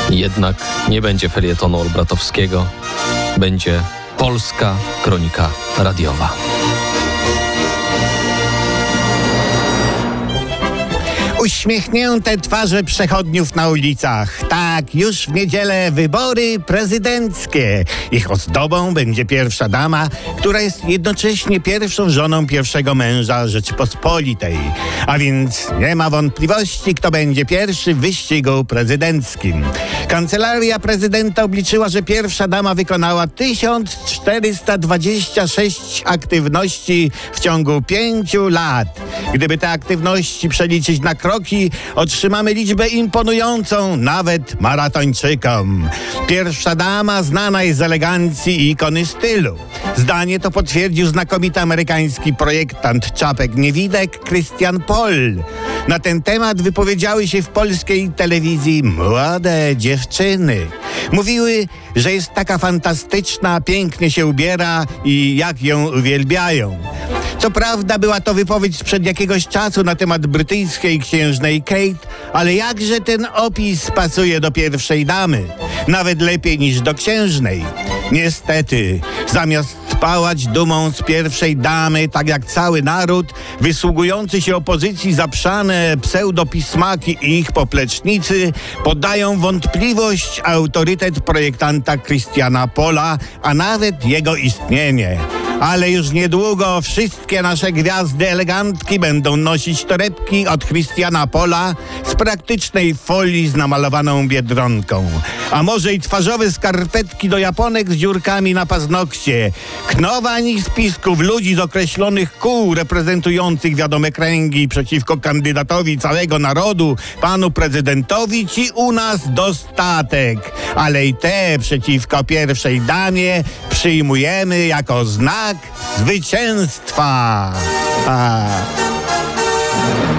Jednak nie będzie felietonu Olbratowskiego, będzie polska kronika radiowa. Uśmiechnięte twarze przechodniów na ulicach. Tak, już w niedzielę wybory prezydenckie. Ich ozdobą będzie pierwsza dama, która jest jednocześnie pierwszą żoną pierwszego męża Rzeczypospolitej. A więc nie ma wątpliwości, kto będzie pierwszy w wyścigu prezydenckim. Kancelaria prezydenta obliczyła, że pierwsza dama wykonała 1426 aktywności w ciągu 5 lat. Gdyby te aktywności przeliczyć na kroki, otrzymamy liczbę imponującą nawet maratończykom. Pierwsza dama znana jest z elegancji i ikony stylu. Zdanie to potwierdził znakomity amerykański projektant czapek niewidek Christian Paul. Na ten temat wypowiedziały się w polskiej telewizji młode dziewczyny. Mówiły, że jest taka fantastyczna, pięknie się ubiera i jak ją uwielbiają. Co prawda była to wypowiedź sprzed jakiegoś czasu na temat brytyjskiej księżnej Kate, ale jakże ten opis pasuje do pierwszej damy. Nawet lepiej niż do księżnej. Niestety, zamiast pałać dumą z pierwszej damy, tak jak cały naród, wysługujący się opozycji zaprzane pseudopismaki i ich poplecznicy podają wątpliwość autorytet projektanta Christiana Paula, a nawet jego istnienie. Ale już niedługo wszystkie nasze gwiazdy elegantki będą nosić torebki od Christiana Paula z praktycznej folii z namalowaną biedronką. A może i twarzowe skarpetki do japonek z dziurkami na paznokcie. Knowań z pisków ludzi z określonych kół reprezentujących wiadome kręgi przeciwko kandydatowi całego narodu, panu prezydentowi, ci u nas dostatek. Ale i te przeciwko pierwszej damie przyjmujemy jako znak zwycięstwa.